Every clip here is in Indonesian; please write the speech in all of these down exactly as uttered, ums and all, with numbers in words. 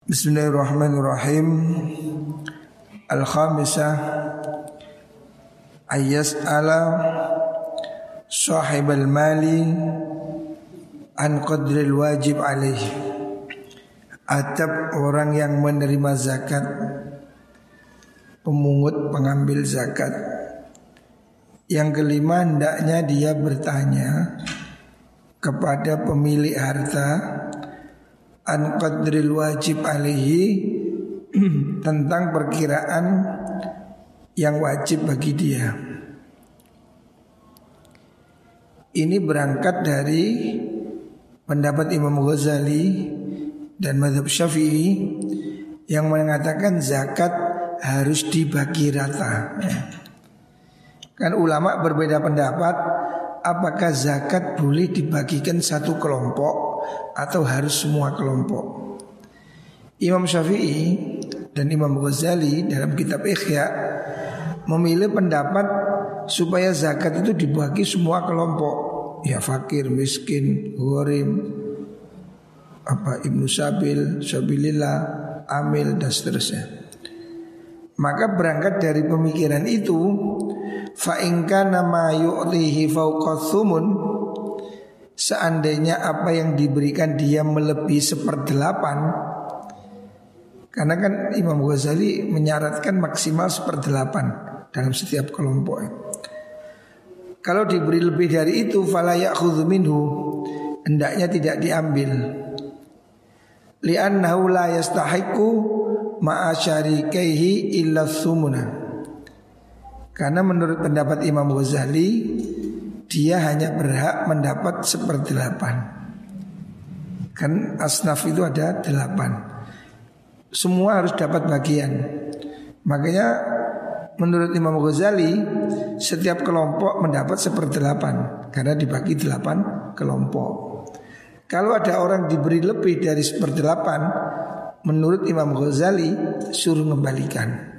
Bismillahirrahmanirrahim. Al-khamisah ayyas'ala sahibal mali an qadril wajib alaih. Adab orang yang menerima zakat, pemungut pengambil zakat. Yang kelima, hendaknya dia bertanya kepada pemilik harta an qadril wajib alaihi, tentang perkiraan yang wajib bagi dia. Ini berangkat dari pendapat Imam Ghazali dan mazhab Syafi'i yang mengatakan zakat harus dibagi rata. Kan ulama berbeda pendapat apakah zakat boleh dibagikan satu kelompok atau harus semua kelompok. Imam Syafi'i dan Imam Ghazali dalam kitab Ihya memilih pendapat supaya zakat itu dibagi semua kelompok, ya fakir, miskin, gharim, apa ibnu sabil, sabilillah, amil dan seterusnya. Maka berangkat dari pemikiran itu, fa in kana ma yu'tihi fawqa thumun, seandainya apa yang diberikan dia melebihi seperdelapan. Karena kan Imam Ghazali menyaratkan maksimal seperdelapan dalam setiap kelompok. Kalau diberi lebih dari itu, fala ya'khudhu minhu, hendaknya tidak diambil. Li'annahu la yastahiqu ma'a syarikaihi illa thumuna. Karena menurut pendapat Imam Ghazali, dia hanya berhak mendapat seperdelapan. Kan asnaf itu ada delapan, semua harus dapat bagian. Makanya menurut Imam Ghazali, setiap kelompok mendapat seperdelapan karena dibagi delapan kelompok. Kalau ada orang diberi lebih dari seperdelapan, menurut Imam Ghazali suruh mengembalikan.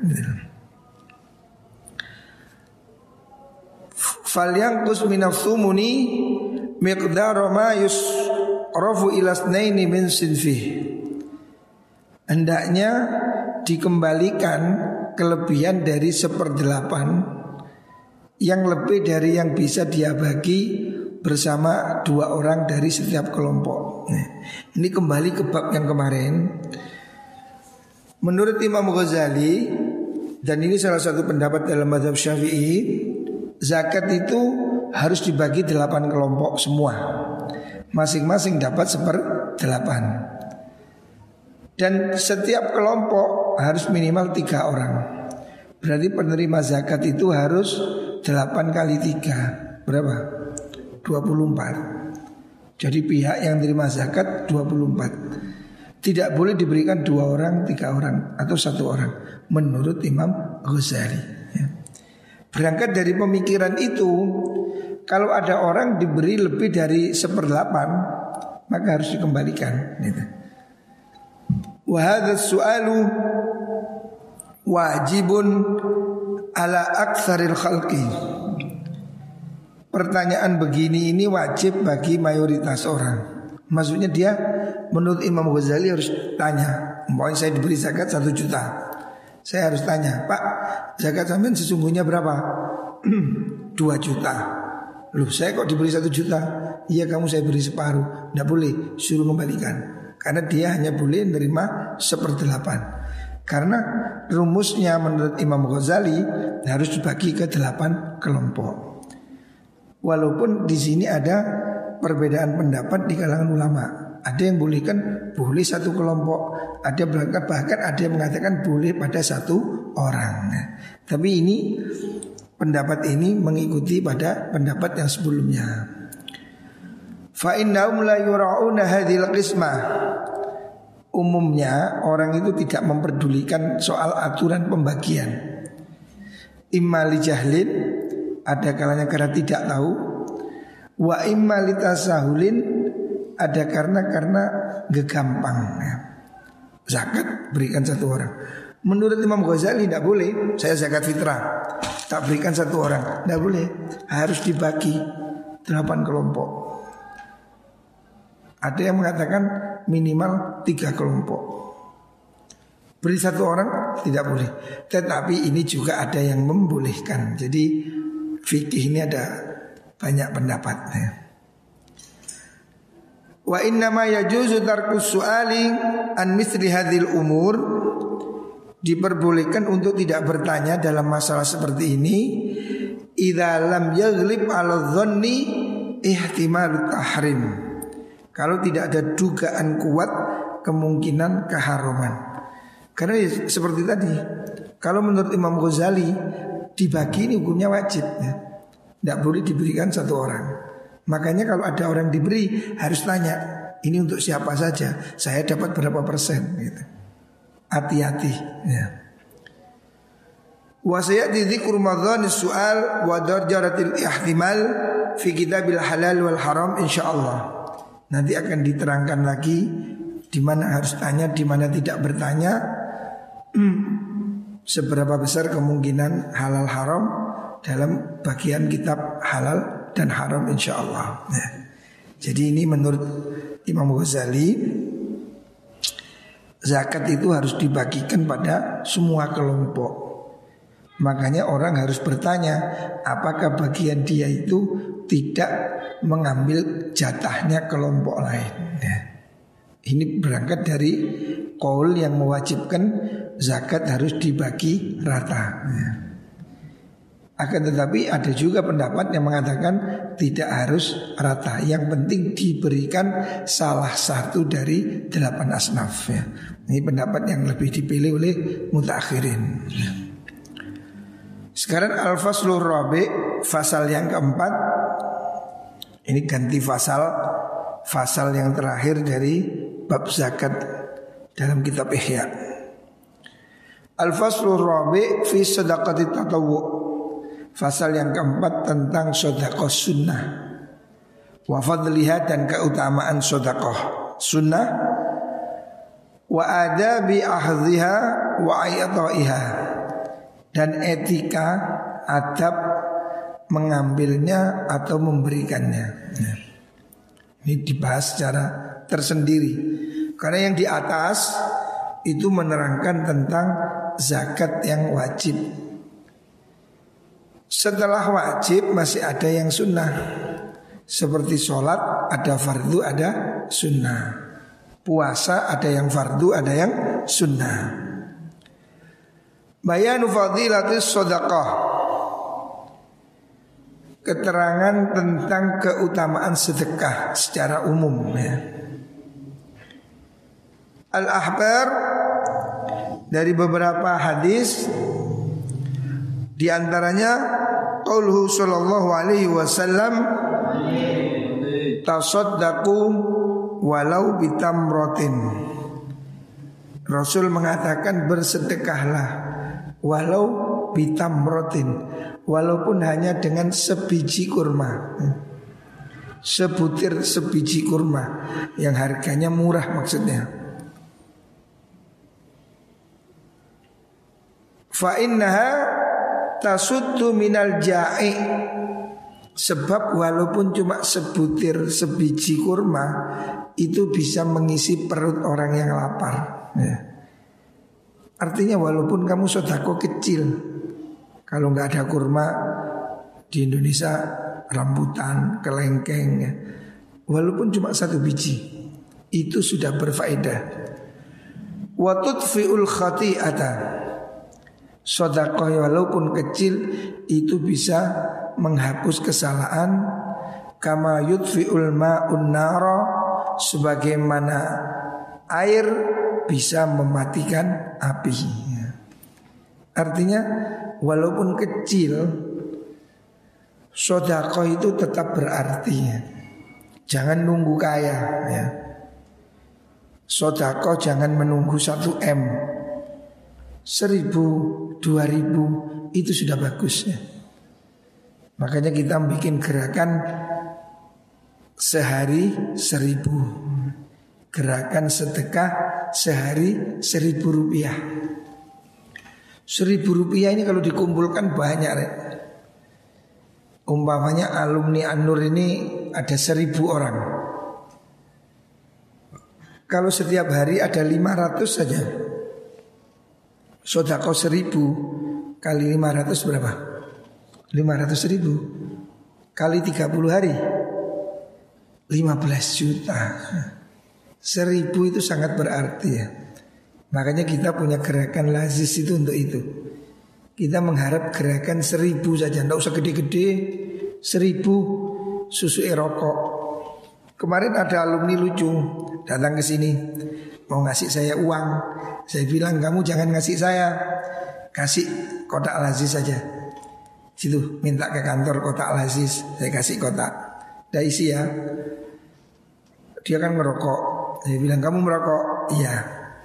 Falyanqus minaf thumuni miqdara ma yusrafu ila itsnaini min sinfih. Hendaknya dikembalikan kelebihan dari seperdelapan yang lebih dari yang bisa dia bagi bersama dua orang dari setiap kelompok. Nah, ini kembali ke bab yang kemarin. Menurut Imam Ghazali, dan ini salah satu pendapat dalam mazhab Syafi'i, zakat itu harus dibagi delapan kelompok semua, masing-masing dapat seperdelapan. Dan setiap kelompok harus minimal tiga orang. Berarti penerima zakat itu harus delapan kali tiga. Berapa? dua puluh empat. Jadi pihak yang terima zakat dua puluh empat. Tidak boleh diberikan dua orang, tiga orang, atau satu orang, menurut Imam Ghazali. Berangkat dari pemikiran itu, kalau ada orang diberi lebih dari seperdelapan, maka harus dikembalikan. Wa hadha su'alu wajibun ala aktsaril khalqi. Pertanyaan begini ini wajib bagi mayoritas orang. Maksudnya dia menurut Imam Ghazali harus tanya. Umpamanya saya diberi zakat satu juta, saya harus tanya, Pak, zakat sampean sesungguhnya berapa? Dua juta. Loh, saya kok diberi satu juta? Iya, kamu saya beri separuh. Tidak boleh, suruh kembalikan. Karena dia hanya boleh menerima seperdelapan. Karena rumusnya menurut Imam Ghazali harus dibagi ke delapan kelompok. Walaupun di sini ada perbedaan pendapat di kalangan ulama. Ada yang bolehkan boleh satu kelompok, ada berangkat bahkan ada yang mengatakan boleh pada satu orang. Nah, tapi ini pendapat ini mengikuti pada pendapat yang sebelumnya. Fa innahum la yura'una hadhil qismah. Umumnya orang itu tidak memperdulikan soal aturan pembagian. Imma li jahlin, ada kalanya karena tidak tahu, wa imma li tasahulin, ada karena karena gegampang. Zakat berikan satu orang. Menurut Imam Ghazali tidak boleh. Saya zakat fitrah tak berikan satu orang, tidak boleh. Harus dibagi delapan kelompok. Ada yang mengatakan minimal tiga kelompok. Beri satu orang tidak boleh. Tetapi ini juga ada yang membolehkan. Jadi fikih ini ada banyak pendapat ya. Wa innama yajuzu tarkus su'ali an misli hadhil umur. Diperbolehkan untuk tidak bertanya dalam masalah seperti ini idza lam yaghlib 'ala dhanni ihtimal tahrim. Kalau tidak ada dugaan kuat kemungkinan keharuman. Karena ya, seperti tadi, kalau menurut Imam Ghazali dibagi ini hukumnya wajib ya. Tidak boleh diberikan satu orang. Makanya kalau ada orang diberi harus tanya, ini untuk siapa saja, saya dapat berapa persen gitu. Hati-hati ya. Wa sayati dzikru madhan as-su'al wa darjatil ihtimal fi kitabil halal wal haram insyaallah. Nanti akan diterangkan lagi di mana harus tanya, di mana tidak bertanya. Seberapa besar kemungkinan halal haram dalam bagian kitab halal dan haram insyaallah ya. Jadi ini menurut Imam Ghazali, zakat itu harus dibagikan pada semua kelompok. Makanya orang harus bertanya, apakah bagian dia itu tidak mengambil jatahnya kelompok lain ya. Ini berangkat dari qaul yang mewajibkan zakat harus dibagi rata ya. Akan tetapi ada juga pendapat yang mengatakan tidak harus rata. Yang penting diberikan salah satu dari delapan asnaf ya. Ini pendapat yang lebih dipilih oleh mutakhirin ya. Sekarang al-faslur rabi', fasal yang keempat. Ini ganti fasal, fasal yang terakhir dari bab zakat dalam kitab Ihya. Al-faslur rabi' fi sadaqati tatawwu'. Fasal yang keempat tentang sedekah sunnah. Wa fadliha dan keutamaan sedekah sunnah. Wa adabi ahdhiha wa ayataiha. Dan etika adab mengambilnya atau memberikannya. Nah, ini dibahas secara tersendiri. Karena yang di atas itu menerangkan tentang zakat yang wajib. Setelah wajib masih ada yang sunnah. Seperti sholat ada fardu ada sunnah. Puasa ada yang fardu ada yang sunnah. Bayanu fadilatis shadaqah. Keterangan tentang keutamaan sedekah secara umum ya. Al-ahbar dari beberapa hadis, di antaranya qauluhu sallallahu alaihi wasallam tasaddaqu walau bitamratin. Rasul mengatakan bersedekahlah walau bitamratin, walaupun hanya dengan sebiji kurma, sebutir sebiji kurma yang harganya murah maksudnya. Fa innaha tasuddu minal ja'i. Sebab walaupun cuma sebutir sebiji kurma itu bisa mengisi perut orang yang lapar ya. Artinya walaupun kamu sedekah kecil, kalau nggak ada kurma di Indonesia rambutan, kelengkeng ya, walaupun cuma satu biji itu sudah berfaedah. Wa tudfi'ul khati'ata. Sedekah walaupun kecil itu bisa menghapus kesalahan. Kama yudfi'ul ma'un nara, sebagaimana air bisa mematikan api. Artinya walaupun kecil, sedekah itu tetap berarti ya. Jangan nunggu kaya ya. Sedekah jangan menunggu satu M, seribu, dua ribu itu sudah bagus ya. Makanya kita bikin gerakan sehari seribu, gerakan sedekah sehari seribu rupiah. Seribu rupiah ini kalau dikumpulkan banyak rek. Umpamanya alumni An-Nur ini ada seribu orang. Kalau setiap hari ada lima ratus saja, Sodako seribu kali lima ratus berapa? Lima ratus ribu kali tiga puluh hari lima belas juta. Seribu itu sangat berarti ya. Makanya kita punya gerakan lazis itu untuk itu. Kita mengharap gerakan seribu saja, tidak usah gede-gede. Seribu susu rokok. Kemarin ada alumni lucu datang ke sini mau ngasih saya uang. Saya bilang kamu jangan ngasih saya, kasih kotak lazis saja. Situ minta ke kantor kotak lazis, saya kasih kotak. Dah isi ya. Dia kan ngerokok. Saya bilang kamu merokok? Iya.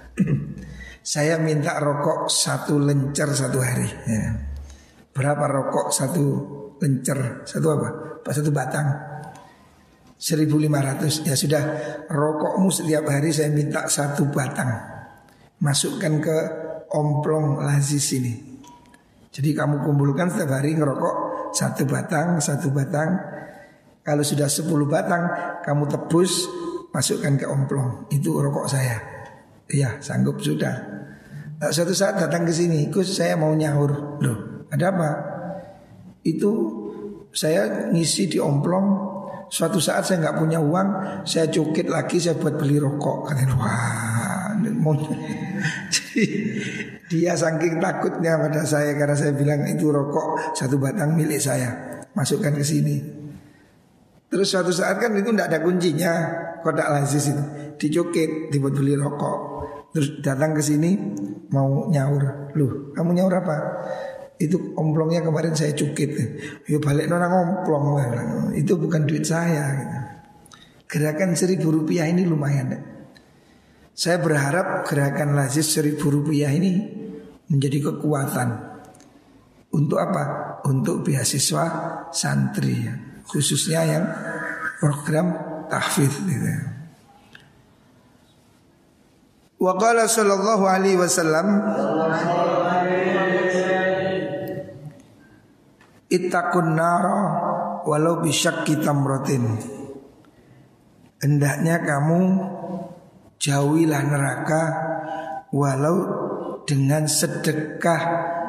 Saya minta rokok satu lencer satu hari ya. Berapa rokok satu lencer? Satu apa? Satu batang seribu lima ratus. Ya sudah, rokokmu setiap hari saya minta satu batang. Masukkan ke omplong lazis ini. Jadi kamu kumpulkan setiap hari ngerokok satu batang, satu batang. Kalau sudah sepuluh batang kamu tebus, masukkan ke omplong. Itu rokok saya. Iya, sanggup sudah. Nah, suatu saat datang ke sini, Gus saya mau nyaur. Loh, ada apa? Itu saya ngisi di omplong. Suatu saat saya nggak punya uang, saya cukit lagi, saya buat beli rokok. Katanya, wah, mau. Jadi dia saking takutnya pada saya karena saya bilang itu rokok satu batang milik saya, masukkan ke sini. Terus suatu saat kan itu tidak ada kuncinya, kotak lazis itu dicukit, dibuat beli rokok. Terus datang ke sini mau nyaur. Loh, kamu nyaur apa? Itu omplongnya kemarin saya cukit. Ya balik nona omplong. Itu bukan duit saya gitu. Gerakan seribu rupiah ini lumayan. Saya berharap gerakan lazis seribu rupiah ini menjadi kekuatan. Untuk apa? Untuk beasiswa santri, khususnya yang program tahfidz gitu. Wa qala sallallahu alaihi wasallam ittaqun nara walau bisyakki tamratin. Hendaknya kamu jauhilah neraka walau dengan sedekah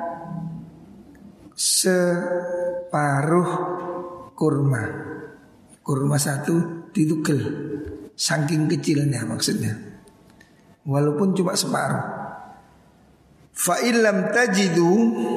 separuh kurma. Kurma satu ditugel, saking kecilnya maksudnya. Walaupun cuma separuh. Fa illam tajidu,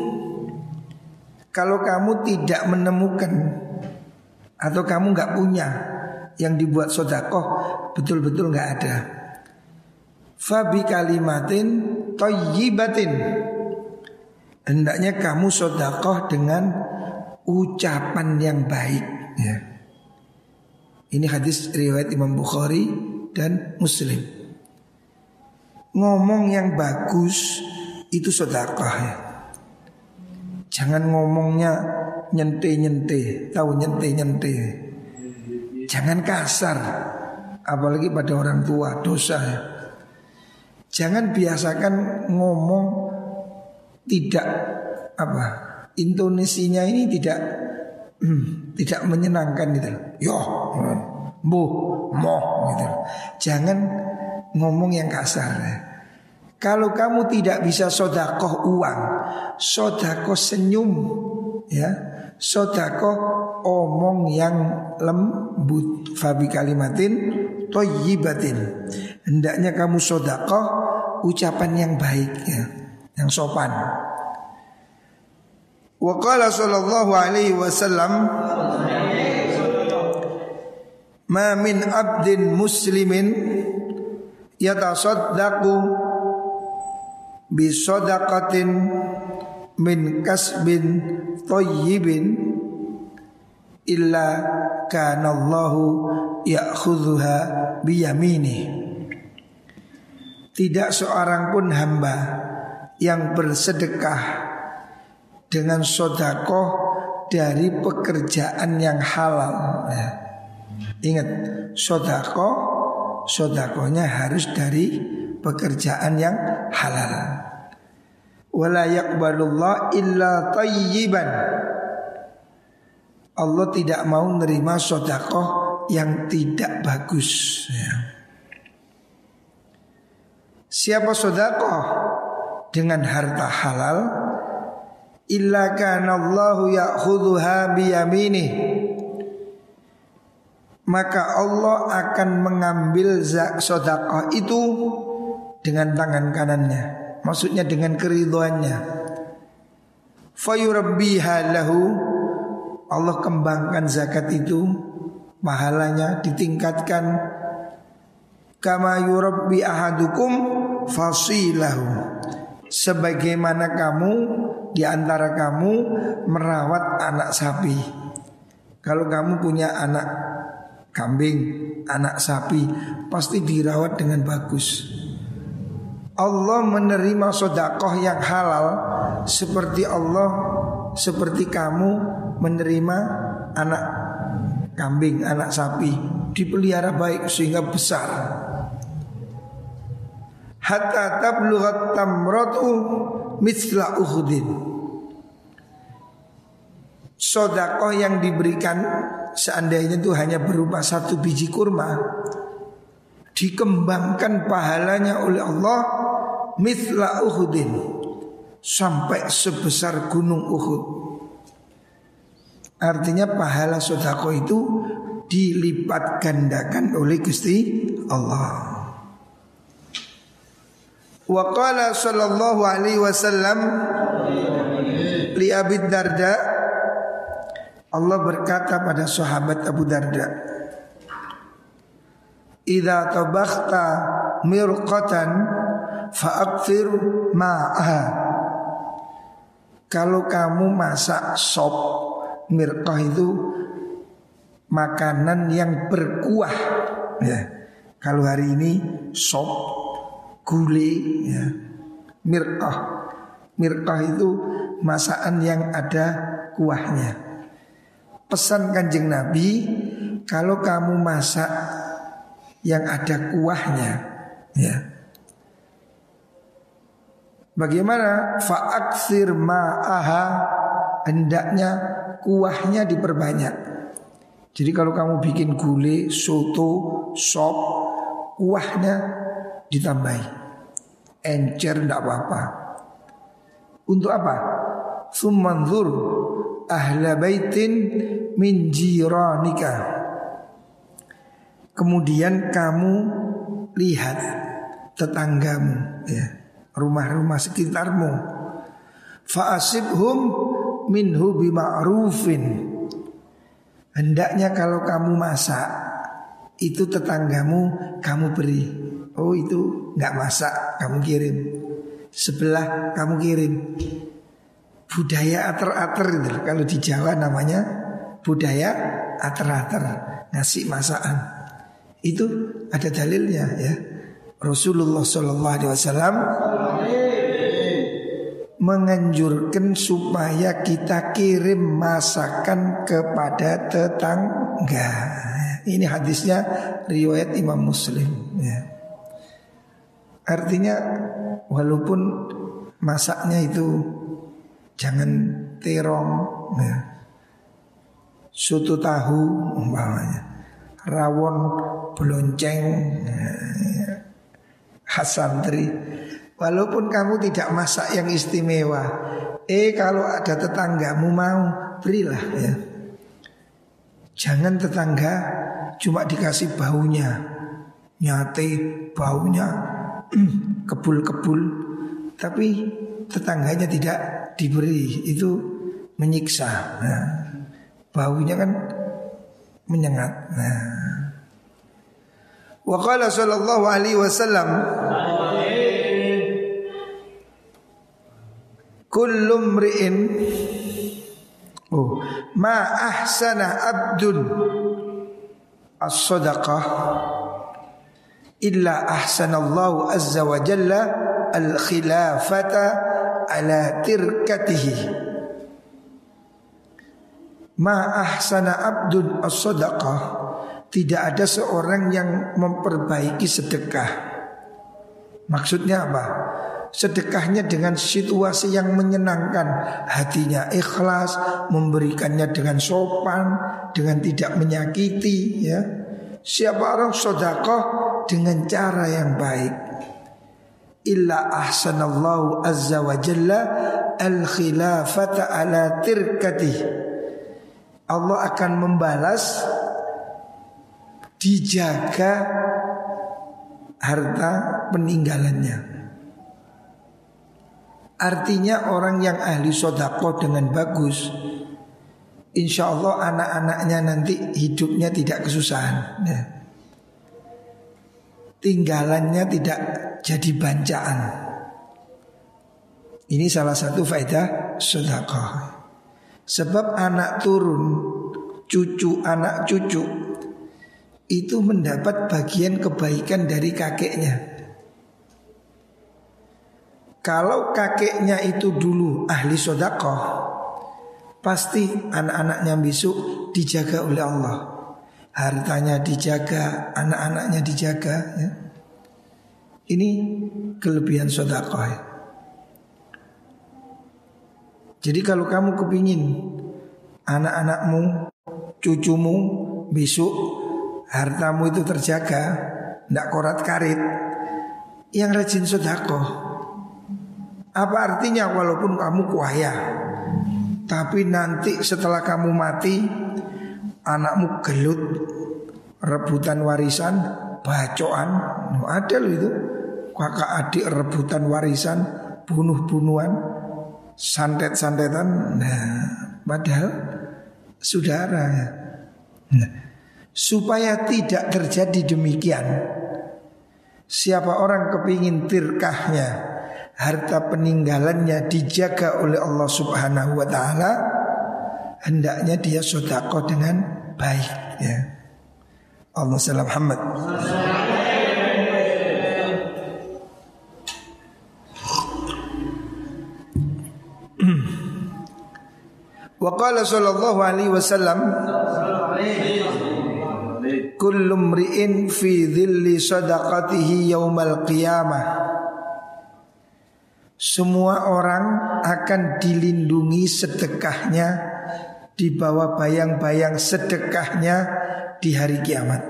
kalau kamu tidak menemukan atau kamu nggak punya yang dibuat sodakoh, betul-betul nggak ada. Fa bi kalimatin thayyibatin, hendaknya kamu sodakoh dengan ucapan yang baik ya. Ini hadis riwayat Imam Bukhari dan Muslim. Ngomong yang bagus itu sedekah ya. Jangan ngomongnya nyente-nyente, tahu nyente-nyente. Jangan kasar, apalagi pada orang tua, dosa ya. Jangan biasakan ngomong tidak apa, intonasinya ini tidak hmm, tidak menyenangkan gitu. Yo, bu, moh gitu. Jangan ngomong yang kasar ya. Kalau kamu tidak bisa sodakoh uang, sodakoh senyum ya, sodakoh omong yang lembut. Fabi kalimatin thayyibatin, hendaknya kamu sodakoh ucapan yang baik ya, yang sopan. Wa qala sallallahu alaihi wasallam ma min abdin muslimin yatasaddaqu bisadaqatin min kasbin thayyibin illa kana Allahu ya'khudhuha biyamini. Tidak seorang pun hamba yang bersedekah dengan sodakoh dari pekerjaan yang halal ya. Ingat, sodakoh sodakohnya harus dari pekerjaan yang halal. Wala yaqbalullah illa thayyiban. Allah tidak mau menerima sodakoh yang tidak bagus ya. Siapa sodakoh dengan harta halal, illa kana Allahu ya'khudhuha biyaminih, maka Allah akan mengambil sedekah itu dengan tangan kanannya, maksudnya dengan keridhoannya. Fayurabbiha lahu, Allah kembangkan zakat itu, pahalanya ditingkatkan. Kama yurabbi ahadukum fasilahu, sebagaimana kamu di antara kamu merawat anak sapi. Kalau kamu punya anak kambing, anak sapi, pasti dirawat dengan bagus. Allah menerima sedekah yang halal seperti Allah, seperti kamu menerima anak kambing, anak sapi, dipelihara baik sehingga besar. Hatta tablughat tamratu mithla Uhudin. Sedekah yang diberikan seandainya itu hanya berupa satu biji kurma, dikembangkan pahalanya oleh Allah mithla Uhudin, sampai sebesar gunung Uhud. Artinya pahala sedekah itu dilipat gandakan oleh Gusti Allah. Wa qala sallallahu alaihi wasallam li Abi Darda, Allah berkata pada sahabat Abu Darda, idza tabakhta mirqatan fa'akthir ma'aha. Kalau kamu masak sop, mirqah itu makanan yang berkuah ya. Kalau hari ini sop, gulai ya. Mirqah, mirqah itu masakan yang ada kuahnya. Pesan Kanjeng Nabi, kalau kamu masak yang ada kuahnya ya, bagaimana? Fa'aksir ma'aha, hendaknya kuahnya diperbanyak. Jadi kalau kamu bikin gulai, soto, sop, kuahnya ditambahi, encer tidak apa-apa. Untuk apa? Tsummanzur ahla baitin min jiranika. Kemudian kamu lihat tetanggamu ya, rumah-rumah sekitarmu. Fa'asibhum minhu bima'rufin. Hendaknya kalau kamu masak, itu tetanggamu kamu beri. Oh itu gak masak, kamu kirim. Sebelah kamu kirim. Budaya ater-ater itu, kalau di Jawa namanya budaya ater-ater, ngasih masakan. Itu ada dalilnya ya. Rasulullah shallallahu alaihi wasallam menganjurkan supaya kita kirim masakan kepada tetangga. Ini hadisnya riwayat Imam Muslim ya. Artinya walaupun masaknya itu jangan terong ya, soto tahu umpamanya, rawon belonceng ya, khas santri. Walaupun kamu tidak masak yang istimewa, eh kalau ada tetanggamu mau, berilah ya. Jangan tetangga cuma dikasih baunya, nyate baunya kebul-kebul, tapi tetangganya tidak diberi, itu menyiksa. Nah, baunya kan menyengat. Nah, wa qala sallallahu alaihi wasallam, kullu mri'in oh ma ahsana abdun as-sadaqah illa ahsanallahu azza wa jalla al-khilafata ala tirkatihi. Ma ahsana abdun as-sadaqah, tidak ada seorang yang memperbaiki sedekah. Maksudnya apa? Sedekahnya dengan situasi yang menyenangkan, hatinya ikhlas, memberikannya dengan sopan, dengan tidak menyakiti ya. Siapa orang sedekah dengan cara yang baik, illa ahsanallahu azza wa jalla al-khilafata ala tirkatih. Allah akan membalas dijaga harta peninggalannya. Artinya orang yang ahli sedekah dengan bagus, insya Allah anak-anaknya nanti hidupnya tidak kesusahan ya. Tinggalannya tidak jadi bancaan. Ini salah satu faedah sedekah. Sebab anak turun, cucu, anak cucu itu mendapat bagian kebaikan dari kakeknya. Kalau kakeknya itu dulu ahli sedekah, pasti anak-anaknya besok dijaga oleh Allah. Hartanya dijaga, anak-anaknya dijaga ya. Ini kelebihan sedekah ya. Jadi kalau kamu kepingin anak-anakmu, cucumu besok hartamu itu terjaga, tidak korat-karit, yang rajin sedekah. Apa artinya walaupun kamu kaya, tapi nanti setelah kamu mati anakmu gelut, rebutan warisan, bacoan. Ada loh itu, kakak adik rebutan warisan, bunuh-bunuhan, santet-santetan. Nah, padahal saudara ya. Nah, supaya tidak terjadi demikian, siapa orang kepingin tirkahnya, harta peninggalannya dijaga oleh Allah Subhanahu wa taala, hendaknya dia sedekah dengan baik ya. Allahumma shalli Muhammad. Wa qala sallallahu alaihi wasallam, kullu mri'in fi dhilli sadaqatihi yaumal qiyamah. Semua orang akan dilindungi sedekahnya di bawah bayang-bayang sedekahnya di hari kiamat.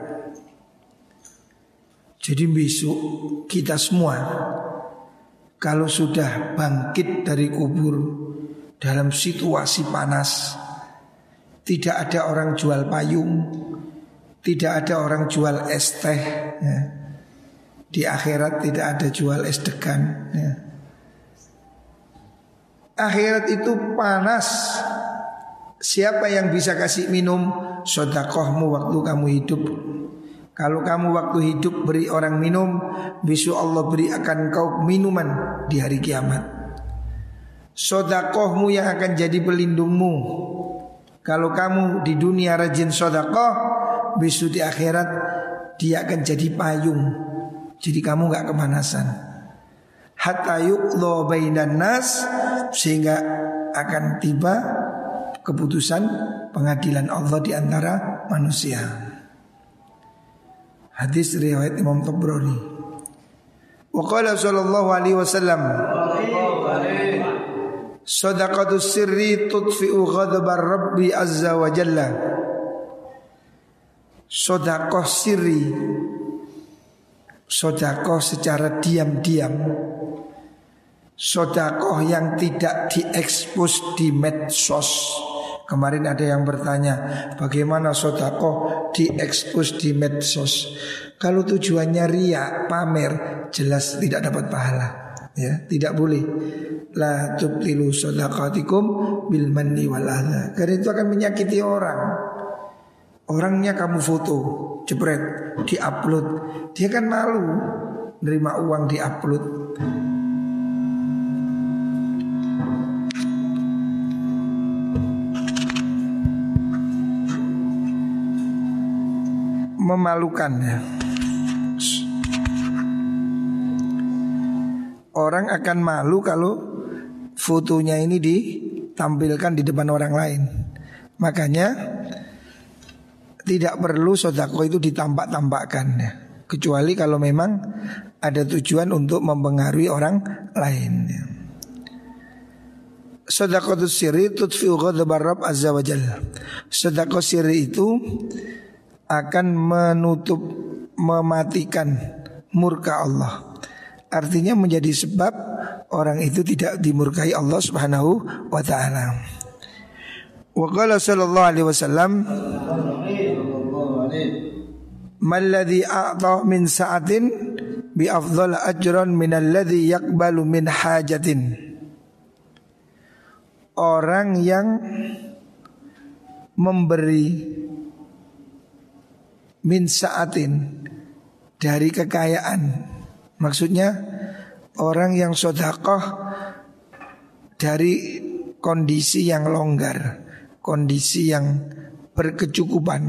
Jadi besok kita semua kalau sudah bangkit dari kubur dalam situasi panas, tidak ada orang jual payung, tidak ada orang jual es teh ya. Di akhirat tidak ada jual es degan ya. Akhirat itu panas. Siapa yang bisa kasih minum? Sedekahmu waktu kamu hidup. Kalau kamu waktu hidup beri orang minum, besok Allah beri akan kau minuman di hari kiamat. Sedekahmu yang akan jadi pelindungmu. Kalau kamu di dunia rajin sedekah, besok di akhirat dia akan jadi payung. Jadi kamu gak kemanasan. Hatta yuqdha bainan nas, sehingga akan tiba keputusan pengadilan Allah di antara manusia. Hadis riwayat Imam Tabrani. Wa qala sallallahu alaihi wasallam, sadaqatus sirri tudfi'u ghadabar rabbi azza wa jalla. Sedekah sirri, sedekah secara diam-diam, sedekah yang tidak diekspos di medsos. Kemarin ada yang bertanya, bagaimana sedekah diekspos di medsos? Kalau tujuannya riya, pamer, jelas tidak dapat pahala. Ya, tidak boleh. La tubtilu shadaqatikum bil manni wal adha. Karena itu akan menyakiti orang. Orangnya kamu foto, jepret, diupload, dia kan malu nerima uang diupload. Memalukan ya. Orang akan malu kalau fotonya ini ditampilkan di depan orang lain. Makanya tidak perlu sedekah itu ditampak-tampakkan ya. Kecuali kalau memang ada tujuan untuk mempengaruhi orang lain ya. Sedekatus sirri tudfi'u ghadabar Rabb azza wa jalla. Sedekah sirri itu akan menutup, mematikan murka Allah. artinya menjadi sebab orang itu tidak dimurkai Allah Subhanahu wa taala. Wa qala sallallahu alaihi wasallam, "Man ladzi a'ta min sa'atin bi afdhal ajran min alladzi yaqbalu min hajatin." Orang yang memberi min sa'atin dari kekayaan, maksudnya orang yang sedekah dari kondisi yang longgar, kondisi yang berkecukupan.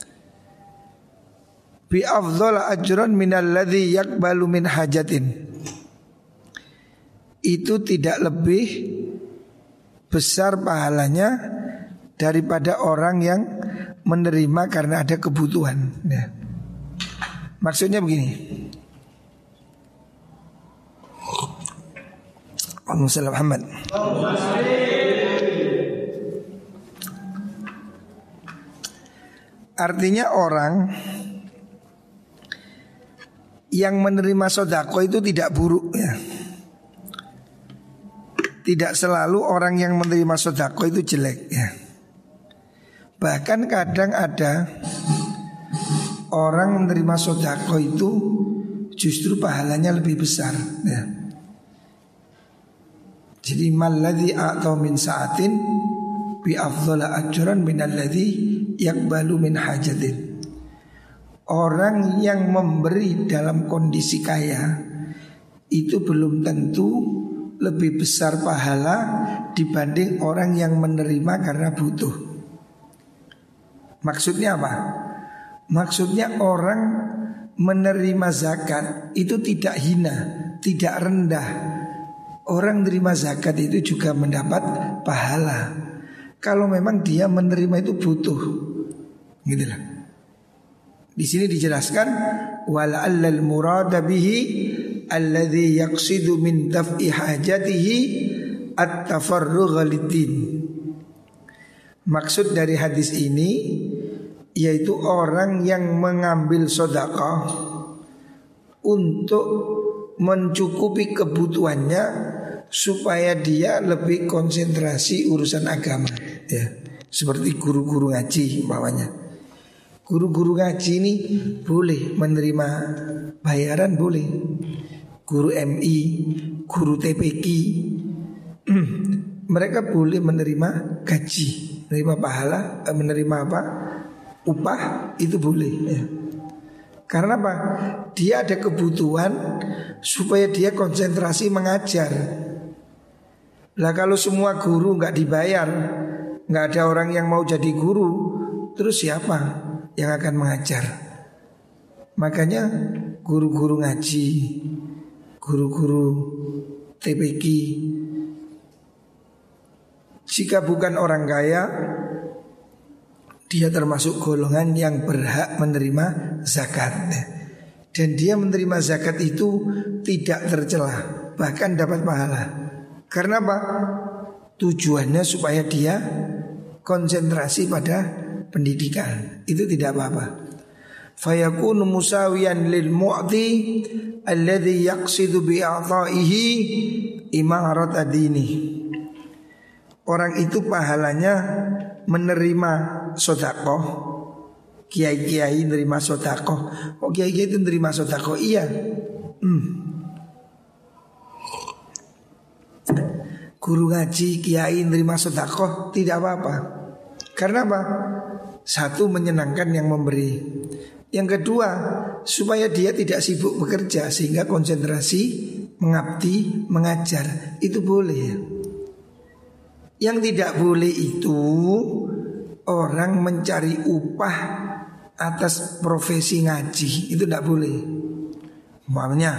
Bi afdhal ajran minal ladzi yaqbalu min hajatin. Itu tidak lebih besar pahalanya daripada orang yang menerima karena ada kebutuhan, ya. Maksudnya begini. Allahumma shalli Muhammad. Artinya orang yang menerima sedekah itu tidak buruk, ya. Tidak selalu orang yang menerima sedekah itu jelek, ya. Bahkan kadang ada orang menerima sedekah itu justru pahalanya lebih besar, ya. Jadi malladzi a'ta min sa'atin bi afdhala ajran min alladzi yaqbalu min hajatin. Orang yang memberi dalam kondisi kaya itu belum tentu lebih besar pahala dibanding orang yang menerima karena butuh. Maksudnya apa? Maksudnya orang menerima zakat itu tidak hina, tidak rendah. Orang menerima zakat itu juga mendapat pahala kalau memang dia menerima itu butuh, gitu lah. Di sini dijelaskan wala allal murada bihi alladhi yaqsidu min daf'i hajatihi at-tafarrugha lid-din. Maksud dari hadis ini yaitu orang yang mengambil sedekah untuk mencukupi kebutuhannya supaya dia lebih konsentrasi urusan agama, ya. Seperti guru-guru ngaji bawahnya. Guru-guru ngaji ini boleh menerima bayaran, boleh. Guru M I, guru T P Q, mereka boleh menerima gaji, menerima pahala, menerima apa? Upah, itu boleh, ya. Karena apa? Dia ada kebutuhan supaya dia konsentrasi mengajar. Lah kalau semua guru nggak dibayar, nggak ada orang yang mau jadi guru, terus siapa yang akan mengajar? Makanya guru-guru ngaji, guru-guru T P Q, jika bukan orang kaya, dia termasuk golongan yang berhak menerima zakat. Dan dia menerima zakat itu tidak tercela, bahkan dapat pahala. Karena apa? Tujuannya supaya dia konsentrasi pada pendidikan. Itu tidak apa-apa. Fayakunu musawiyan lil mu'ti alladhi yaqsidu bi'ata'ihi imarat adini. Orang itu pahalanya menerima sedekah. Kiai-kiai menerima sedekah. Oh, kiai-kiai itu menerima sedekah. Iya. Hmm. Guru ngaji, kiai menerima sedekah tidak apa-apa. Karena apa? Satu, menyenangkan yang memberi. Yang kedua, supaya dia tidak sibuk bekerja sehingga konsentrasi mengabdi, mengajar. Itu boleh. Yang tidak boleh itu orang mencari upah atas profesi ngaji. Itu tidak boleh. Umpamanya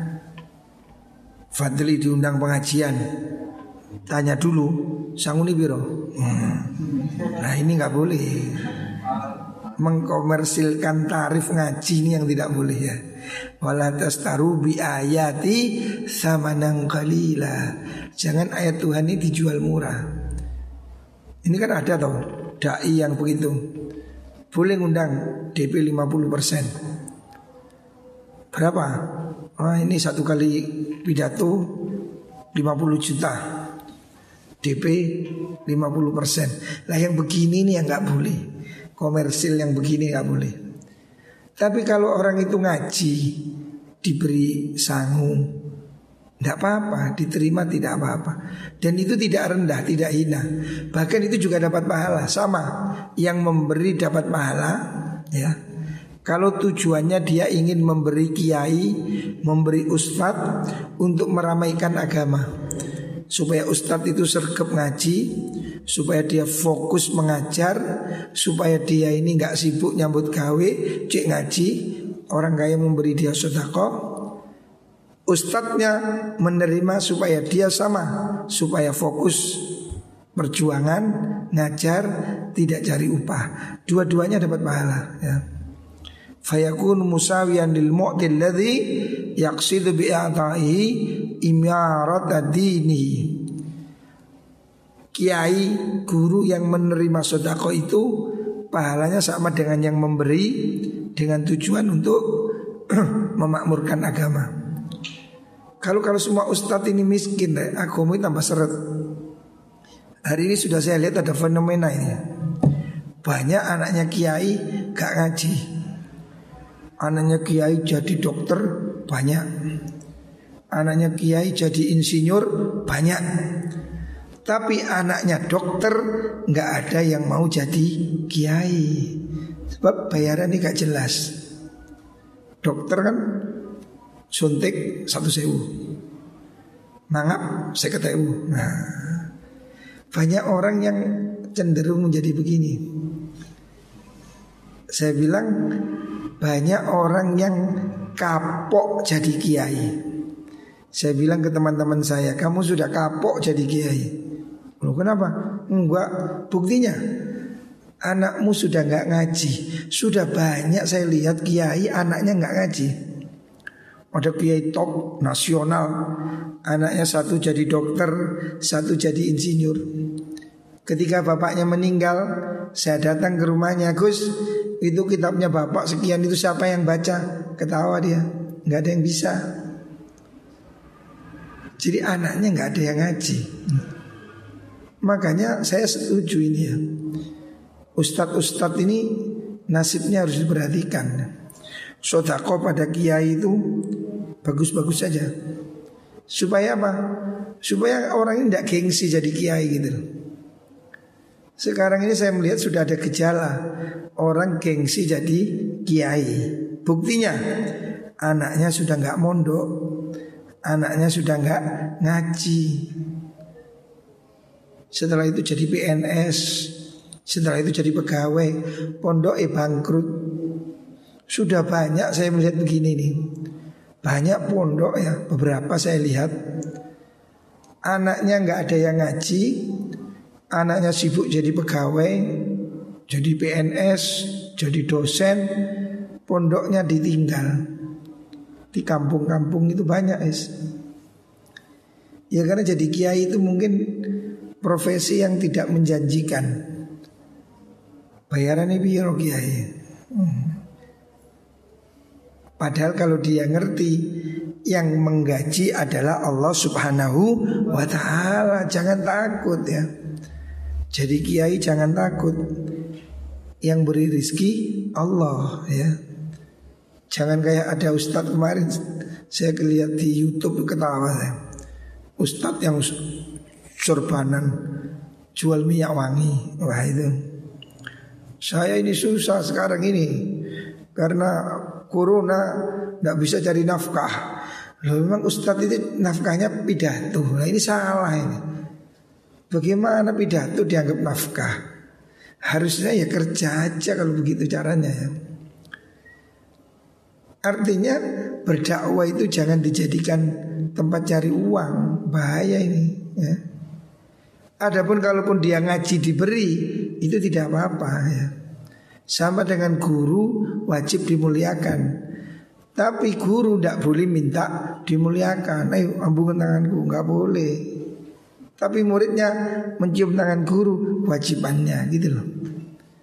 Fadli diundang pengajian, tanya dulu sanguni biro. hmm. Nah ini nggak boleh. Mengkomersilkan tarif ngaji ini yang tidak boleh, ya. Wala tastaru bi ayati samanan qalila. Jangan ayat Tuhan ini dijual murah. Ini kan ada toh dai yang begitu. Boleh ngundang D P lima puluh persen. Berapa? Wah ini satu kali pidato lima puluh juta, D P lima puluh persen. Lah yang begini nih yang gak boleh, komersil yang begini gak boleh. Tapi kalau orang itu ngaji, diberi sangu, tidak apa-apa, diterima tidak apa-apa. Dan itu tidak rendah, tidak hina. Bahkan itu juga dapat pahala. Sama, yang memberi dapat pahala, ya. Kalau tujuannya dia ingin memberi kiai, memberi ustadz untuk meramaikan agama, supaya ustadz itu sergap ngaji, supaya dia fokus mengajar, supaya dia ini nggak sibuk nyambut gawe, cek ngaji. Orang kaya memberi dia sedekah, ustadznya menerima supaya dia sama, supaya fokus perjuangan, ngajar, tidak cari upah. Dua-duanya dapat pahala, ya. Fayakun musawiyan lil mu'til ladzi yaqsidu bi'ata'ihi imarat ad-dinihi. Kiai, guru yang menerima sedekah itu pahalanya sama dengan yang memberi dengan tujuan untuk memakmurkan agama. Kalau kalau semua ustadz ini miskin, agama itu tambah seret. Hari ini sudah saya lihat ada fenomena ini. Banyak anaknya kiai gak ngaji. Anaknya kiai jadi dokter banyak. Anaknya kiai jadi insinyur banyak. Tapi anaknya dokter nggak ada yang mau jadi kiai. Sebab bayaran ini gak jelas. Dokter kan suntik satu sewu, mangap seket ewu. Nah, banyak orang yang cenderung menjadi begini. Saya bilang banyak orang yang kapok jadi kiai. Saya bilang ke teman-teman saya, kamu sudah kapok jadi kiai. Loh kenapa? Enggak, buktinya anakmu sudah enggak ngaji. Sudah banyak saya lihat kiai anaknya enggak ngaji. Ada kiai top nasional, anaknya satu jadi dokter, satu jadi insinyur. Ketika bapaknya meninggal, saya datang ke rumahnya, Gus, itu kitabnya bapak sekian itu siapa yang baca? Ketawa dia, nggak ada yang bisa. Jadi anaknya nggak ada yang ngaji. Makanya saya setuju ini ya, ustadz-ustadz ini nasibnya harus diperhatikan. Sedekah pada kiai itu bagus-bagus saja. Supaya apa? Supaya orang ini tidak gengsi jadi kiai gitu. Sekarang ini saya melihat sudah ada gejala orang gengsi jadi kiai. Buktinya anaknya sudah nggak mondok, anaknya sudah nggak ngaji. Setelah itu jadi P N S, setelah itu jadi pegawai, pondok eh bangkrut. Sudah banyak saya melihat begini nih. Banyak pondok ya, beberapa saya lihat anaknya nggak ada yang ngaji, anaknya sibuk jadi pegawai, jadi P N S, jadi dosen, pondoknya ditinggal. Di kampung-kampung itu banyak es. Ya karena jadi kiai itu mungkin profesi yang tidak menjanjikan. Bayarannya biar kiai. Hmm. Padahal kalau dia ngerti yang menggaji adalah Allah Subhanahu wa ta'ala, jangan takut ya. Jadi kiai jangan takut. Yang beri rizki Allah ya. Jangan kayak ada ustadz kemarin saya lihat di YouTube ketawa saya. Ustadz yang sorbanan jual minyak wangi. Wah itu, saya ini susah sekarang ini karena corona tidak bisa cari nafkah. Loh, memang ustadz itu nafkahnya pidato. Nah ini salah ini. Bagaimana pidato dianggap nafkah? Harusnya ya kerja aja kalau begitu caranya ya. Artinya berdakwah itu jangan dijadikan tempat cari uang. Bahaya ini ya. Adapun kalaupun dia ngaji diberi, itu tidak apa-apa ya. Sama dengan guru wajib dimuliakan. Tapi guru tidak boleh minta dimuliakan. Ayo ambungkan tanganku, nggak boleh. Tapi muridnya mencium tangan guru, wajibannya gitu loh.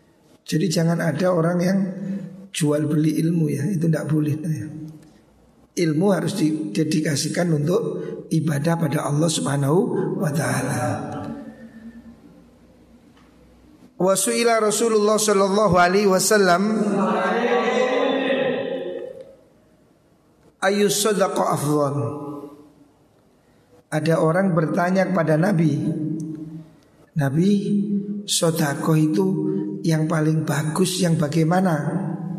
Jadi jangan ada orang yang jual beli ilmu ya, itu tidak boleh ya. ilmu harus didedikasikan untuk ibadah pada Allah Subhanahu wa taala. Wa su'ila Rasulullah sallallahu alaihi wasallam ayu sadaqah afdhal. Ada orang bertanya kepada Nabi, Nabi, sedekah itu yang paling bagus yang bagaimana?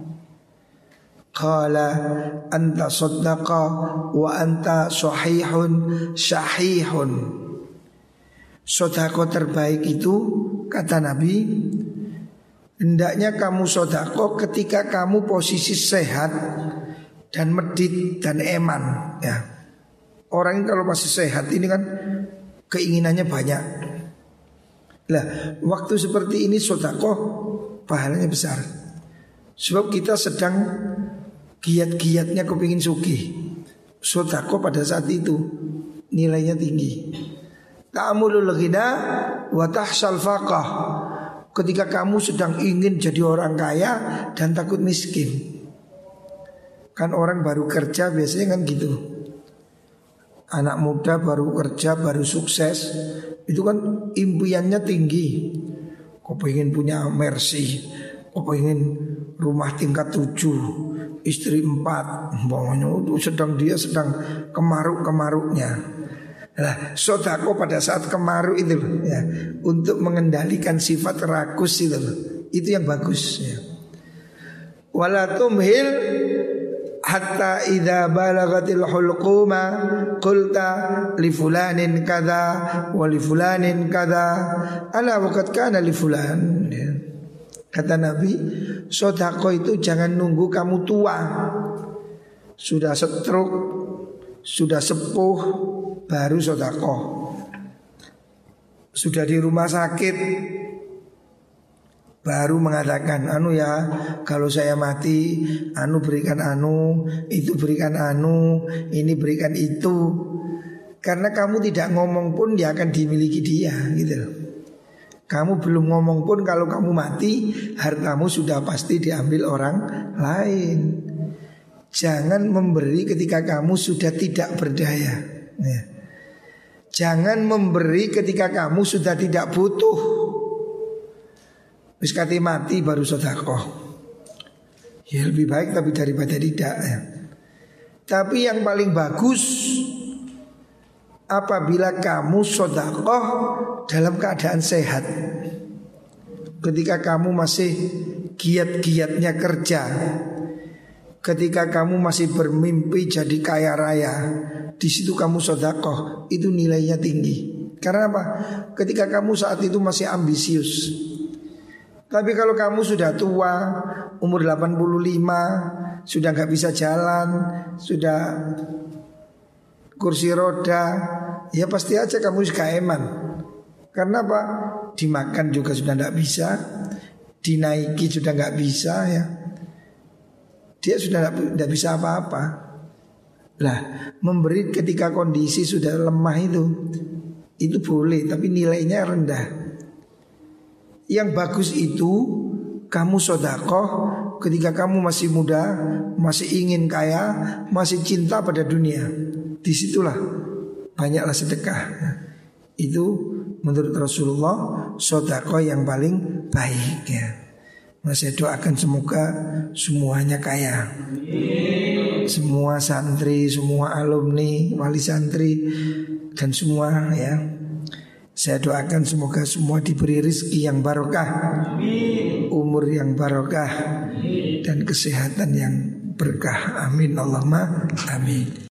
Qala anta saddaqa wa anta sahihun syahihun. Sedekah terbaik itu, kata Nabi, hendaknya kamu sedekah ketika kamu posisi sehat dan medit dan eman, ya. Orang ini kalau masih sehat ini kan keinginannya banyak. Lah, waktu seperti ini sedekah pahalanya besar. Sebab kita sedang giat-giatnya kepingin sugih. Sedekah pada saat itu nilainya tinggi. Ta'amulul ghina wa tahsal faqah. Ketika kamu sedang ingin jadi orang kaya dan takut miskin. Kan orang baru kerja biasanya kan gitu. Anak muda baru kerja, baru sukses, itu kan impiannya tinggi. Kau pengen punya Mercy, kau pengen rumah tingkat tujuh, istri empat, umpamanya itu sedang dia sedang kemaruk-kemaruknya. Nah, sedekah pada saat kemaruk itu ya, untuk mengendalikan sifat rakus itu, itu yang bagus ya. Wala tumhil hatta idza balagatil hulquma qulta li fulanin kadza wa li fulanin kadza ala waqad kana li fulan. Kata Nabi, sedekah itu jangan nunggu kamu tua, sudah stroke, sudah sepuh baru sedekah. Sudah di rumah sakit baru mengatakan, anu ya, kalau saya mati, anu berikan anu, itu berikan anu, ini berikan itu. Karena kamu tidak ngomong pun dia akan dimiliki dia, gitu loh. Kamu belum ngomong pun kalau kamu mati, hartamu sudah pasti diambil orang lain. Jangan memberi ketika kamu sudah tidak berdaya ya. Jangan memberi ketika kamu sudah tidak butuh. Wis kate mati baru sedekah. Ya lebih baik tapi daripada tidak ya. Tapi yang paling bagus apabila kamu sedekah dalam keadaan sehat. Ketika kamu masih giat-giatnya kerja, ketika kamu masih bermimpi jadi kaya raya, di situ kamu sedekah, itu nilainya tinggi. Karena apa? Ketika kamu saat itu masih ambisius. Tapi kalau kamu sudah tua, umur delapan puluh lima, sudah gak bisa jalan, sudah kursi roda, ya pasti aja kamu keeman. Karena apa? Dimakan juga sudah gak bisa, dinaiki sudah gak bisa ya. Dia sudah gak bisa apa-apa. Lah, memberi ketika kondisi sudah lemah itu, itu boleh, tapi nilainya rendah. Yang bagus itu kamu sedekah ketika kamu masih muda, masih ingin kaya, masih cinta pada dunia. Disitulah banyaklah sedekah. Itu menurut Rasulullah sedekah yang paling baik ya. Saya doakan semoga semuanya kaya. Semua santri, semua alumni, wali santri dan semua ya. Saya doakan semoga semua diberi rezeki yang barokah, umur yang barokah, dan kesehatan yang berkah. Amin Allahumma amin.